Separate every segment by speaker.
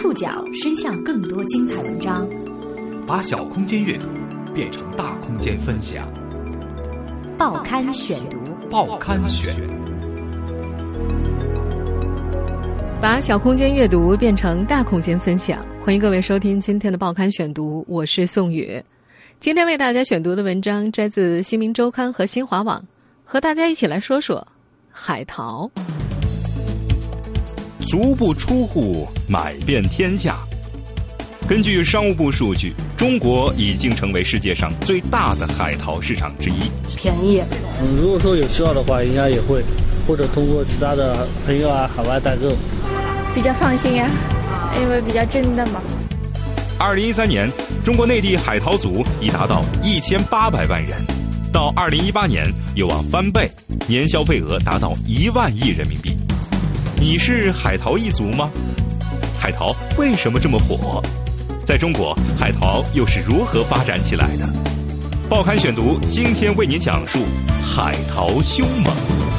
Speaker 1: 触角伸向更多精彩文章，
Speaker 2: 把小空间阅读变成大空间分享。
Speaker 1: 报刊选读，
Speaker 2: 报刊选，
Speaker 3: 把小空间阅读变成大空间分享。欢迎各位收听今天的报刊选读，我是宋宇。今天为大家选读的文章摘自新民周刊和新华网，和大家一起来说说海淘。
Speaker 4: 足不出户买遍天下。根据商务部数据，中国已经成为世界上最大的海淘市场之一。
Speaker 5: 便宜。
Speaker 6: 如果说有需要的话，应该也会，或者通过其他的朋友海外代购。
Speaker 7: 比较放心呀，因为比较真的嘛。
Speaker 4: 2013年，中国内地海淘族已达到1800万人，到2018年有望翻倍，年消费额达到1万亿人民币。你是海淘一族吗？海淘为什么这么火？在中国，海淘又是如何发展起来的？报刊选读今天为您讲述海淘凶猛。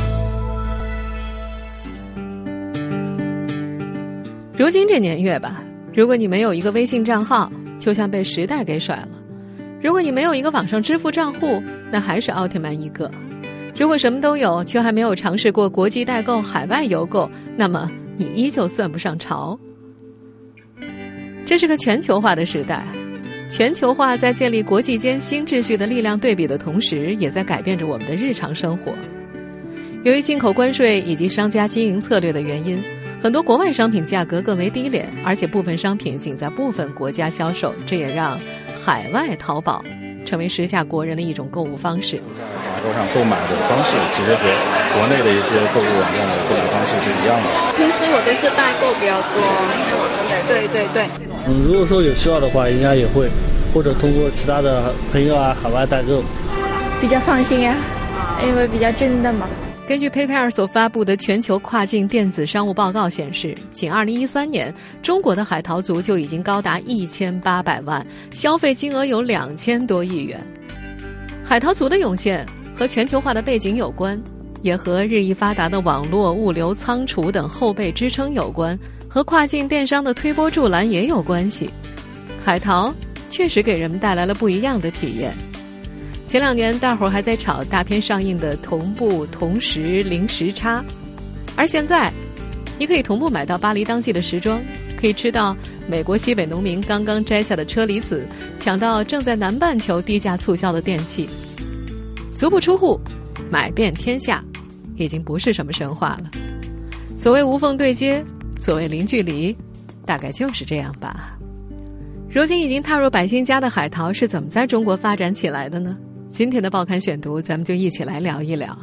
Speaker 3: 如今这年月吧，如果你没有一个微信账号，就像被时代给甩了；如果你没有一个网上支付账户，那还是奥特曼一个；如果什么都有，却还没有尝试过国际代购、海外邮购，那么你依旧算不上潮。这是个全球化的时代，全球化在建立国际间新秩序的力量对比的同时，也在改变着我们的日常生活。由于进口关税以及商家经营策略的原因，很多国外商品价格更为低廉，而且部分商品仅在部分国家销售，这也让海外淘宝成为时下国人的一种购物方式。
Speaker 8: 网购上购买的方式其实和国内的一些购物网站的购买方式是一样的。
Speaker 9: 平时我都是代购比较多，对。
Speaker 6: 如果说有需要的话，应该也会，或者通过其他的朋友海外代购。
Speaker 7: 比较放心呀，因为比较真的嘛。
Speaker 3: 根据 PayPal 所发布的全球跨境电子商务报告显示，仅2013年，中国的海淘族就已经高达1800万，消费金额有2000多亿元。海淘族的涌现和全球化的背景有关，也和日益发达的网络、物流、仓储等后备支撑有关，和跨境电商的推波助澜也有关系。海淘确实给人们带来了不一样的体验。前2年大伙儿还在炒大片上映的同步、同时、零时差，而现在你可以同步买到巴黎当季的时装，可以吃到美国西北农民刚刚摘下的车厘子，抢到正在南半球低价促销的电器。足不出户买遍天下已经不是什么神话了。所谓无缝对接，所谓零距离，大概就是这样吧。如今已经踏入百姓家的海淘是怎么在中国发展起来的呢？今天的报刊选读，咱们就一起来聊一聊。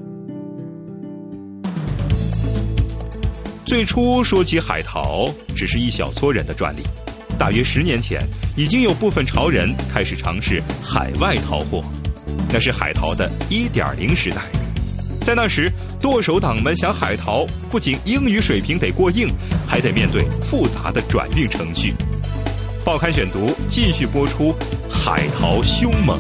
Speaker 4: 最初说起海淘，只是一小撮人的专利。大约10年前，已经有部分潮人开始尝试海外淘货，那是海淘的1.0时代。在那时，剁手党们想海淘，不仅英语水平得过硬，还得面对复杂的转运程序。报刊选读继续播出海淘凶猛。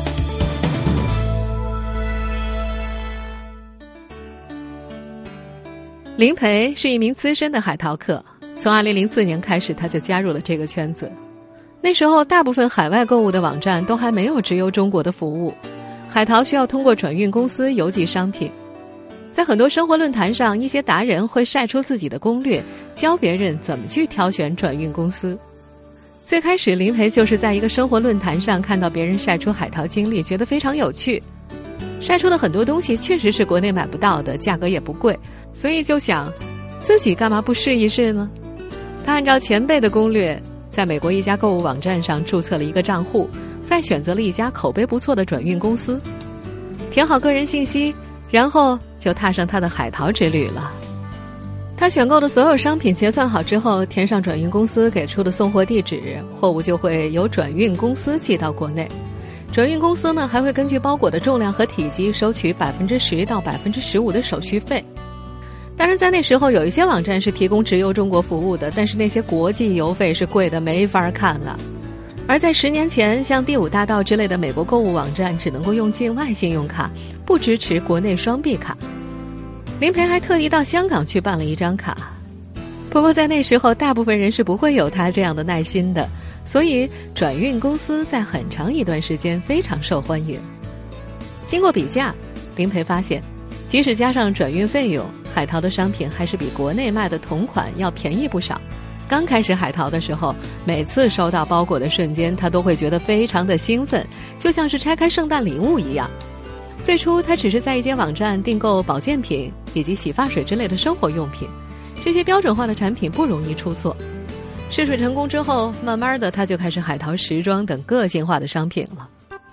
Speaker 3: 林培是一名资深的海淘客，从2004年开始他就加入了这个圈子。那时候大部分海外购物的网站都还没有直邮中国的服务，海淘需要通过转运公司邮寄商品。在很多生活论坛上，一些达人会晒出自己的攻略，教别人怎么去挑选转运公司。最开始林培就是在一个生活论坛上看到别人晒出海淘经历，觉得非常有趣。晒出的很多东西确实是国内买不到的，价格也不贵，所以就想自己干嘛不试一试呢？他按照前辈的攻略，在美国一家购物网站上注册了一个账户，再选择了一家口碑不错的转运公司，填好个人信息，然后就踏上他的海淘之旅了。他选购的所有商品结算好之后，填上转运公司给出的送货地址，货物就会由转运公司寄到国内。转运公司呢，还会根据包裹的重量和体积收取10%到15%的手续费。当然，在那时候有一些网站是提供直邮中国服务的，但是那些国际邮费是贵的没法看了。而在10年前，像第5大道之类的美国购物网站只能够用境外信用卡，不支持国内双币卡。林培还特地到香港去办了一张卡。 不过在那时候，大部分人是不会有他这样的耐心的，所以转运公司在很长一段时间非常受欢迎。经过比价，林培发现，即使加上转运费用，海淘的商品还是比国内卖的同款要便宜不少。刚开始海淘的时候，每次收到包裹的瞬间，他都会觉得非常的兴奋，就像是拆开圣诞礼物一样。最初他只是在一间网站订购保健品以及洗发水之类的生活用品，这些标准化的产品不容易出错。试水成功之后，慢慢的他就开始海淘时装等个性化的商品了。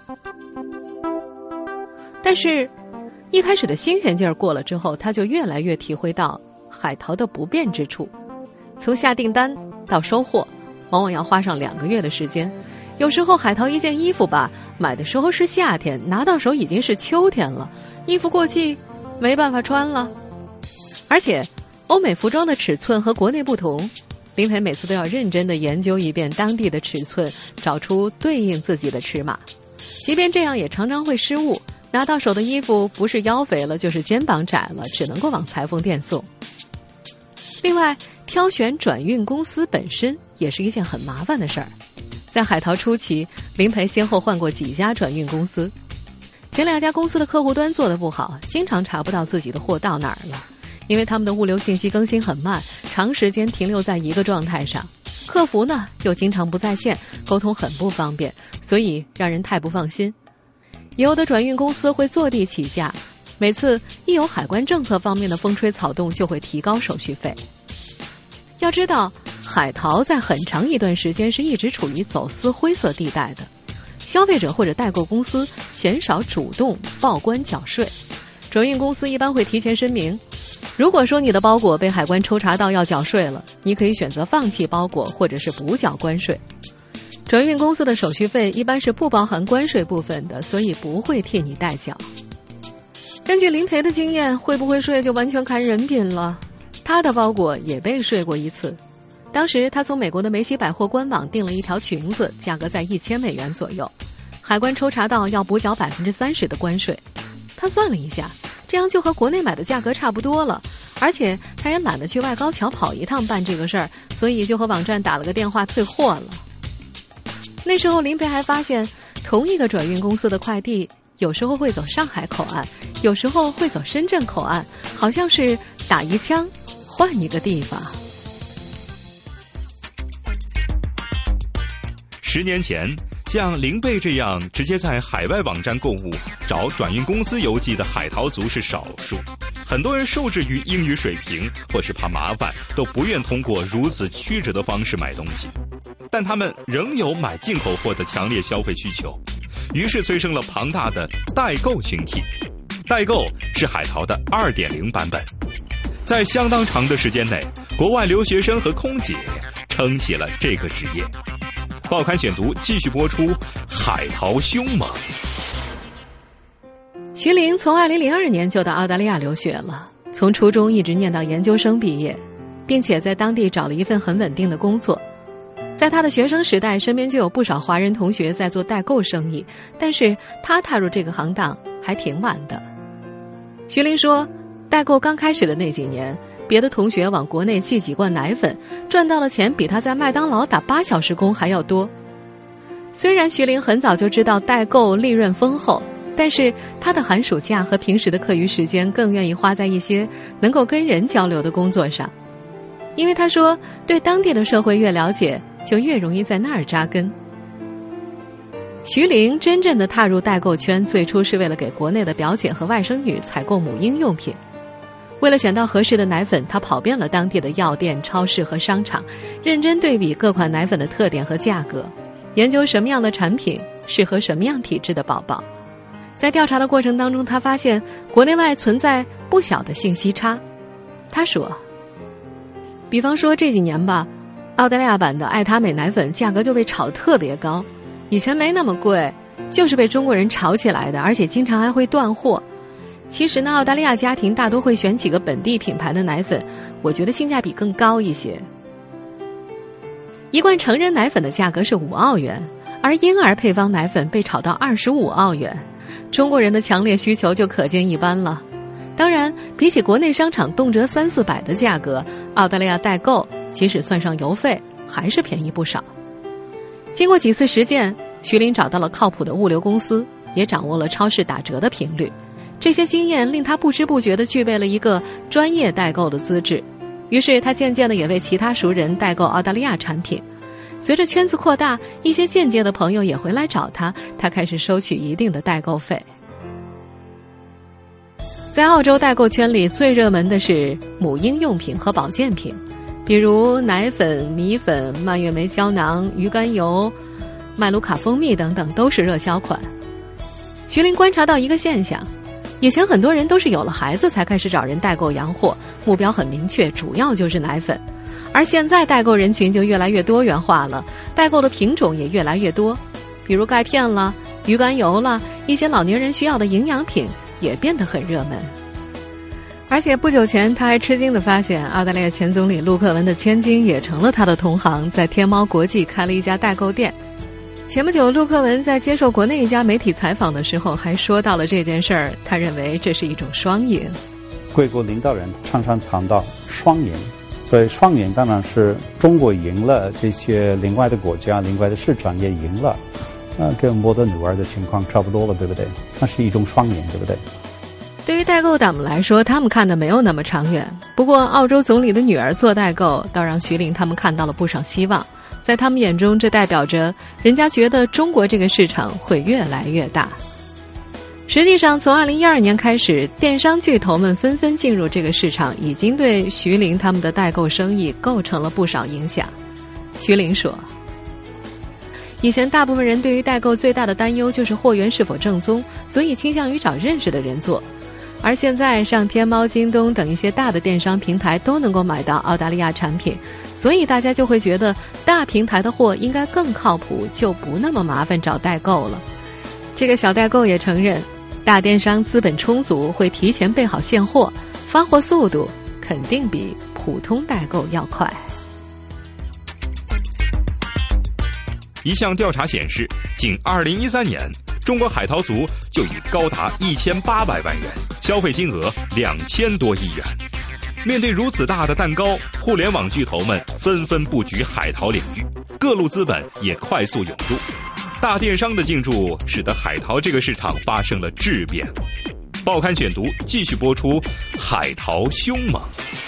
Speaker 3: 但是一开始的新鲜劲儿过了之后，他就越来越体会到海淘的不便之处。从下订单到收货，往往要花上2个月的时间。有时候海淘一件衣服吧，买的时候是夏天，拿到手已经是秋天了，衣服过季，没办法穿了。而且欧美服装的尺寸和国内不同，林培每次都要认真地研究一遍当地的尺寸，找出对应自己的尺码。即便这样，也常常会失误，拿到手的衣服不是腰肥了，就是肩膀窄了，只能够往裁缝店送。另外，挑选转运公司本身也是一件很麻烦的事儿。在海淘初期，林培先后换过几家转运公司，前2家公司的客户端做得不好，经常查不到自己的货到哪儿了，因为他们的物流信息更新很慢，长时间停留在一个状态上。客服呢又经常不在线，沟通很不方便，所以让人太不放心。有的转运公司会坐地起价，每次一有海关政策方面的风吹草动，就会提高手续费。要知道，海淘在很长一段时间是一直处于走私灰色地带的，消费者或者代购公司鲜少主动报关缴税，转运公司一般会提前声明，如果说你的包裹被海关抽查到要缴税了，你可以选择放弃包裹或者是补缴关税。转运公司的手续费一般是不包含关税部分的，所以不会替你代缴。根据林培的经验，会不会税就完全看人品了。他的包裹也被税过一次，当时他从美国的梅西百货官网订了一条裙子，价格在$1000左右，海关抽查到要补缴30%的关税。他算了一下，这样就和国内买的价格差不多了，而且他也懒得去外高桥跑一趟办这个事儿，所以就和网站打了个电话退货了。那时候林培还发现，同一个转运公司的快递有时候会走上海口岸，有时候会走深圳口岸，好像是打一枪换一个地方。
Speaker 4: 10年前，像林贝这样直接在海外网站购物找转运公司邮寄的海淘族是少数，很多人受制于英语水平或是怕麻烦，都不愿通过如此曲折的方式买东西，但他们仍有买进口货的强烈消费需求，于是催生了庞大的代购群体。代购是海淘的2.0版本，在相当长的时间内，国外留学生和空姐撑起了这个职业。报刊选读继续播出，海淘凶猛。
Speaker 3: 徐玲从2002年就到澳大利亚留学了，从初中一直念到研究生毕业，并且在当地找了一份很稳定的工作。在他的学生时代，身边就有不少华人同学在做代购生意，但是他踏入这个行当还挺晚的。徐玲说，代购刚开始的那几年，别的同学往国内寄几罐奶粉，赚到了钱比他在麦当劳打8小时工还要多。虽然徐玲很早就知道代购利润丰厚，但是他的寒暑假和平时的课余时间更愿意花在一些能够跟人交流的工作上，因为他说，对当地的社会越了解，就越容易在那儿扎根。徐玲真正的踏入代购圈，最初是为了给国内的表姐和外甥女采购母婴用品。为了选到合适的奶粉，她跑遍了当地的药店、超市和商场，认真对比各款奶粉的特点和价格，研究什么样的产品适合什么样体质的宝宝。在调查的过程当中，她发现国内外存在不小的信息差。她说，比方说这几年吧，澳大利亚版的爱他美奶粉价格就被炒特别高，以前没那么贵，就是被中国人炒起来的，而且经常还会断货。其实呢，澳大利亚家庭大多会选几个本地品牌的奶粉，我觉得性价比更高一些。一罐成人奶粉的价格是5澳元，而婴儿配方奶粉被炒到25澳元，中国人的强烈需求就可见一斑了。当然，比起国内商场动辄300-400的价格，澳大利亚代购即使算上邮费，还是便宜不少。经过几次实践，徐林找到了靠谱的物流公司，也掌握了超市打折的频率。这些经验令他不知不觉地具备了一个专业代购的资质，于是他渐渐地也为其他熟人代购澳大利亚产品。随着圈子扩大，一些间接的朋友也回来找他，他开始收取一定的代购费。在澳洲代购圈里，最热门的是母婴用品和保健品，比如奶粉、米粉、蔓越莓胶囊、鱼肝油、麦卢卡蜂蜜等等都是热销款。徐林观察到一个现象，以前很多人都是有了孩子才开始找人代购洋货，目标很明确，主要就是奶粉。而现在代购人群就越来越多元化了，代购的品种也越来越多，比如钙片了、鱼肝油了，一些老年人需要的营养品也变得很热门。而且不久前他还吃惊地发现，澳大利亚前总理陆克文的千金也成了他的同行，在天猫国际开了一家代购店。前不久陆克文在接受国内一家媒体采访的时候还说到了这件事儿，他认为这是一种双赢。
Speaker 5: 贵国领导人常常谈到双赢，所以双赢当然是中国赢了，这些另外的国家、另外的市场也赢了，跟我的女儿的情况差不多了，对不对？那是一种双赢，对不对？
Speaker 3: 对于代购党们来说，他们看的没有那么长远。不过澳洲总理的女儿做代购，倒让徐林他们看到了不少希望。在他们眼中，这代表着人家觉得中国这个市场会越来越大。实际上，从2012年开始，电商巨头们纷纷进入这个市场，已经对徐林他们的代购生意构成了不少影响。徐林说，以前大部分人对于代购最大的担忧就是货源是否正宗，所以倾向于找认识的人做。而现在上天猫、京东等一些大的电商平台都能够买到澳大利亚产品，所以大家就会觉得大平台的货应该更靠谱，就不那么麻烦找代购了。这个小代购也承认，大电商资本充足，会提前备好现货，发货速度肯定比普通代购要快。
Speaker 4: 一项调查显示，仅2013年，中国海淘族就已高达1800万人，消费金额2000多亿元。面对如此大的蛋糕，互联网巨头们纷纷布局海淘领域，各路资本也快速涌入。大电商的进驻使得海淘这个市场发生了质变。报刊选读继续播出，海淘凶猛。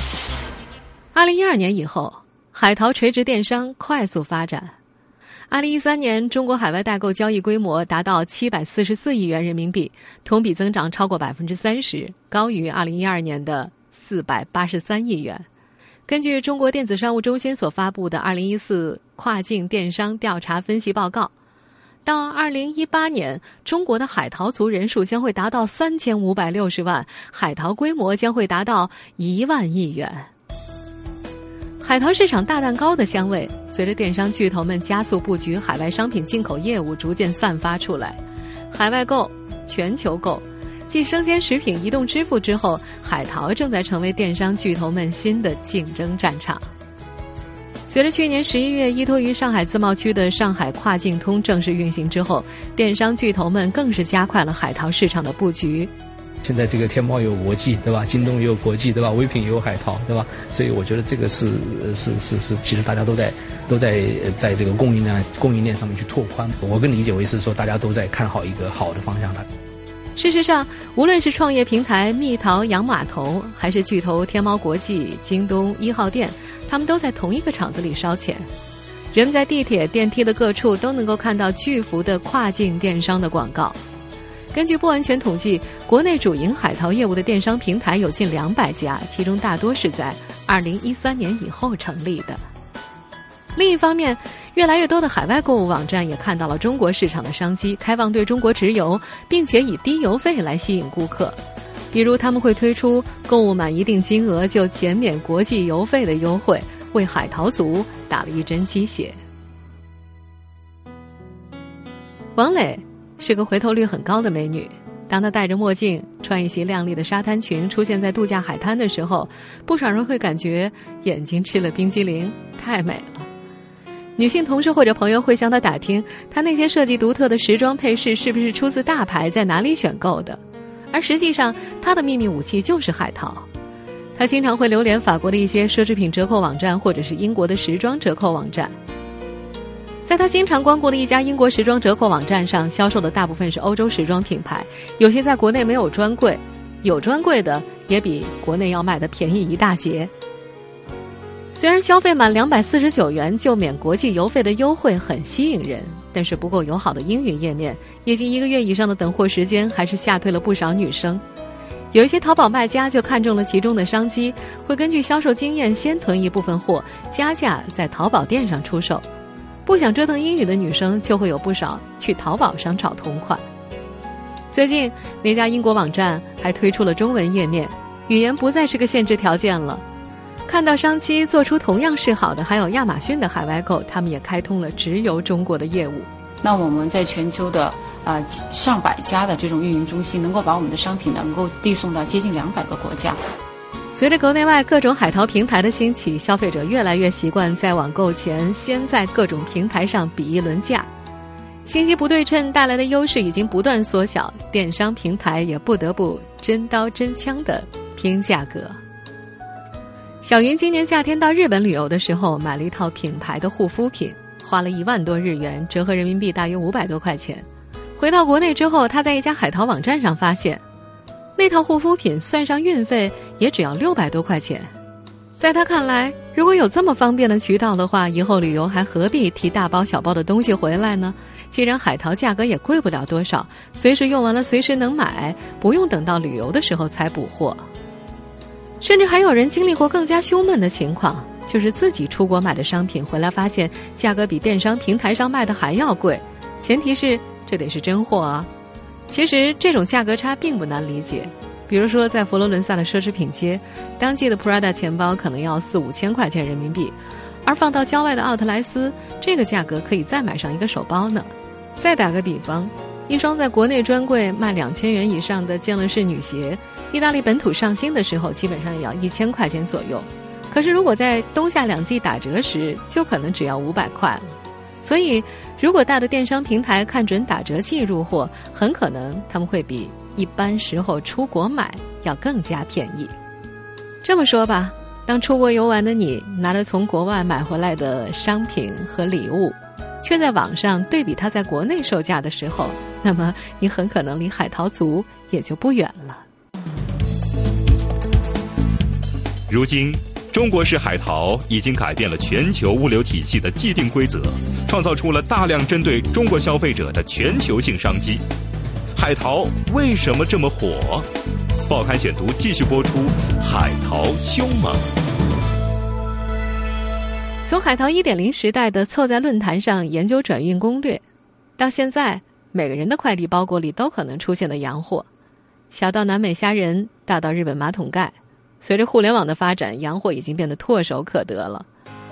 Speaker 3: 2012年以后，海淘垂直电商快速发展。2013年，中国海外代购交易规模达到744亿元人民币，同比增长超过30%，高于2012年的483亿元。根据中国电子商务中心所发布的2014跨境电商调查分析报告，到2018年，中国的海淘族人数将会达到3560万，海淘规模将会达到1万亿元。海淘市场大蛋糕的香味，随着电商巨头们加速布局海外商品进口业务逐渐散发出来。海外购、全球购，继生鲜食品、移动支付之后，海淘正在成为电商巨头们新的竞争战场。随着去年11月依托于上海自贸区的上海跨境通正式运行之后，电商巨头们更是加快了海淘市场的布局。
Speaker 10: 现在这个天猫有国际，对吧？京东也有国际，对吧？唯品也有海淘，对吧？所以我觉得这个是，其实大家都在这个供应链上面去拓宽。我跟理解为是说，大家都在看好一个好的方向的。
Speaker 3: 事实上，无论是创业平台蜜淘、洋码头，还是巨头天猫国际、京东1号店，他们都在同一个厂子里烧钱。人们在地铁、电梯的各处都能够看到巨幅的跨境电商的广告。根据不完全统计，国内主营海淘业务的电商平台有近200家，其中大多是在2013年以后成立的。另一方面，越来越多的海外购物网站也看到了中国市场的商机，开放对中国直邮，并且以低邮费来吸引顾客。比如他们会推出购物满一定金额就减免国际邮费的优惠，为海淘族打了一针鸡血。王磊是个回头率很高的美女，当她戴着墨镜，穿一袭亮丽的沙滩裙出现在度假海滩的时候，不少人会感觉眼睛吃了冰激凌，太美了。女性同事或者朋友会向她打听，她那些设计独特的时装配饰是不是出自大牌，在哪里选购的。而实际上，她的秘密武器就是海淘。 他经常会流连法国的一些奢侈品折扣网站，或者是英国的时装折扣网站。在他经常光顾的一家英国时装折扣网站上，销售的大部分是欧洲时装品牌，有些在国内没有专柜，有专柜的也比国内要卖的便宜一大截。虽然消费满249元就免国际邮费的优惠很吸引人，但是不够友好的英语页面以及1个月以上的等货时间，还是吓退了不少女生。有一些淘宝卖家就看中了其中的商机，会根据销售经验先囤一部分货，加价在淘宝店上出售。不想折腾英语的女生就会有不少去淘宝上找同款。最近那家英国网站还推出了中文页面，语言不再是个限制条件了。看到商机做出同样示好的还有亚马逊的海外购，他们也开通了直邮中国的业务。
Speaker 11: 那我们在全球的上百家的这种运营中心，能够把我们的商品能够递送到接近200个国家。
Speaker 3: 随着国内外各种海淘平台的兴起，消费者越来越习惯在网购前先在各种平台上比一轮价。信息不对称带来的优势已经不断缩小，电商平台也不得不真刀真枪地拼价格。小云今年夏天到日本旅游的时候，买了一套品牌的护肤品，花了1万多日元，折合人民币大约500多块钱。回到国内之后，她在一家海淘网站上发现，那套护肤品算上运费也只要600多块钱。在他看来，如果有这么方便的渠道的话，以后旅游还何必提大包小包的东西回来呢？既然海淘价格也贵不了多少，随时用完了随时能买，不用等到旅游的时候才补货。甚至还有人经历过更加胸闷的情况，就是自己出国买的商品回来发现价格比电商平台上卖的还要贵，前提是这得是真货啊。其实这种价格差并不难理解，比如说在佛罗伦萨的奢侈品街，当季的 Prada 钱包可能要4-5千块钱人民币，而放到郊外的奥特莱斯，这个价格可以再买上一个手包呢。再打个比方，一双在国内专柜卖2000元以上的健乐士女鞋，意大利本土上新的时候基本上也要1000块钱左右，可是如果在冬夏两季打折时，就可能只要500块了。所以如果大的电商平台看准打折季入货，很可能他们会比一般时候出国买要更加便宜。这么说吧，当出国游玩的你拿着从国外买回来的商品和礼物，却在网上对比它在国内售价的时候，那么你很可能离海淘族也就不远了。
Speaker 4: 如今中国式海淘已经改变了全球物流体系的既定规则，创造出了大量针对中国消费者的全球性商机。海淘为什么这么火？报刊选读继续播出海淘凶猛。
Speaker 3: 从海淘 1.0 时代的凑在论坛上研究转运攻略，到现在每个人的快递包裹里都可能出现的洋货，小到南美虾仁，大到日本马桶盖，随着互联网的发展，洋货已经变得唾手可得了。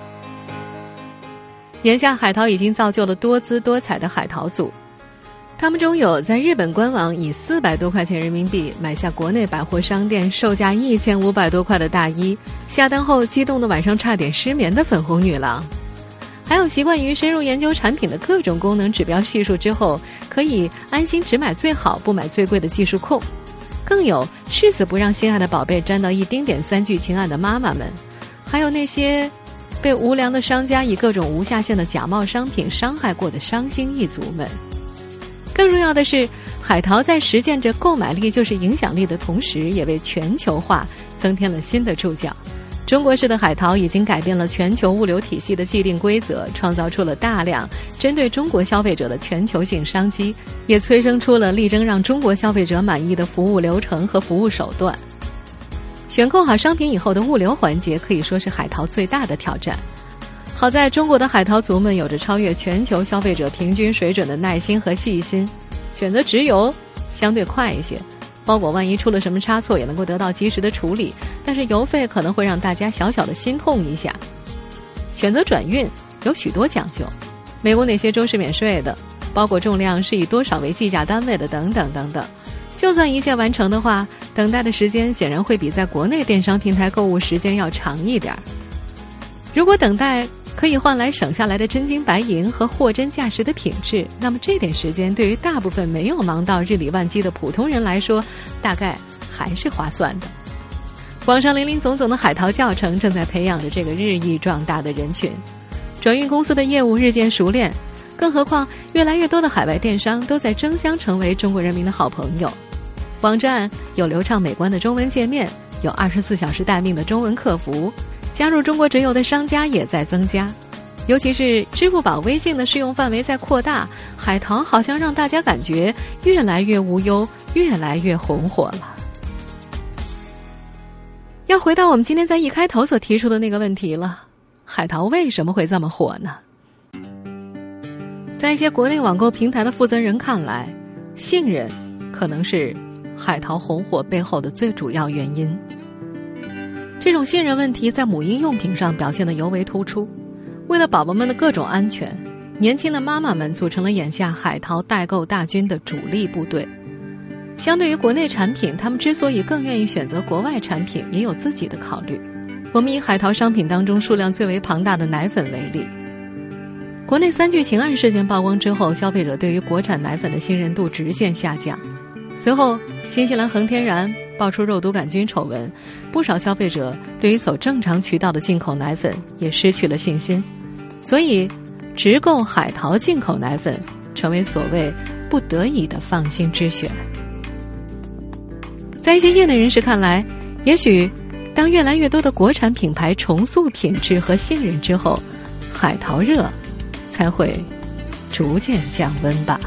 Speaker 3: 眼下海淘已经造就了多姿多彩的海淘族，他们中有在日本官网以400多块钱人民币买下国内百货商店售价1500多块的大衣，下单后激动的晚上差点失眠的粉红女郎，还有习惯于深入研究产品的各种功能指标系数之后可以安心只买最好不买最贵的技术控，更有誓死不让心爱的宝贝沾到一丁点3聚氰胺的妈妈们，还有那些被无良的商家以各种无下限的假冒商品伤害过的伤心一族们。更重要的是，海淘在实践着购买力就是影响力的同时，也为全球化增添了新的注脚。中国式的海淘已经改变了全球物流体系的既定规则，创造出了大量针对中国消费者的全球性商机，也催生出了力争让中国消费者满意的服务流程和服务手段。选购好商品以后的物流环节可以说是海淘最大的挑战。好在中国的海淘族们有着超越全球消费者平均水准的耐心和细心，选择直邮相对快一些，包裹万一出了什么差错也能够得到及时的处理，但是邮费可能会让大家小小的心痛一下。选择转运有许多讲究，美国哪些州是免税的，包裹重量是以多少为计价单位的，等等等等。就算一切完成的话，等待的时间显然会比在国内电商平台购物时间要长一点。如果等待可以换来省下来的真金白银和货真价实的品质，那么这点时间对于大部分没有忙到日理万机的普通人来说，大概还是划算的。 网上林林总总的海淘教程正在培养着这个日益壮大的人群。转运公司的业务日渐熟练，更何况越来越多的海外电商都在争相成为中国人民的好朋友。网站有流畅美观的中文界面，有24小时待命的中文客服，加入中国直邮的商家也在增加。尤其是支付宝、微信的适用范围在扩大，海淘好像让大家感觉越来越无忧，越来越红火了。要回到我们今天在一开头所提出的那个问题了，海淘为什么会这么火呢？在一些国内网购平台的负责人看来，信任可能是海淘红火背后的最主要原因。这种信任问题在母婴用品上表现得尤为突出。为了宝宝们的各种安全，年轻的妈妈们组成了眼下海淘代购大军的主力部队。相对于国内产品，他们之所以更愿意选择国外产品，也有自己的考虑。我们以海淘商品当中数量最为庞大的奶粉为例。国内3聚氰胺事件曝光之后，消费者对于国产奶粉的信任度直线下降。随后，新西兰恒天然爆出肉毒杆菌丑闻，不少消费者对于走正常渠道的进口奶粉也失去了信心。所以，直购海淘进口奶粉成为所谓不得已的放心之选。在一些业内人士看来，也许当越来越多的国产品牌重塑品质和信任之后，海淘热才会逐渐降温吧。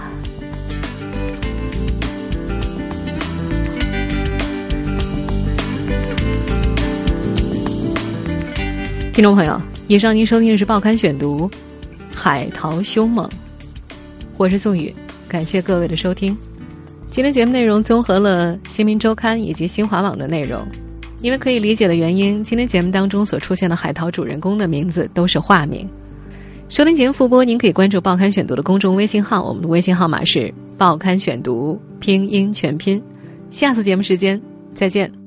Speaker 3: 听众朋友，以上您收听的是报刊选读《海淘凶猛》，我是宋宇，感谢各位的收听。今天节目内容综合了新民周刊以及新华网的内容，因为可以理解的原因，今天节目当中所出现的海淘主人公的名字都是化名。收听节目复播，您可以关注报刊选读的公众微信号，我们的微信号码是报刊选读拼音全拼。下次节目时间再见。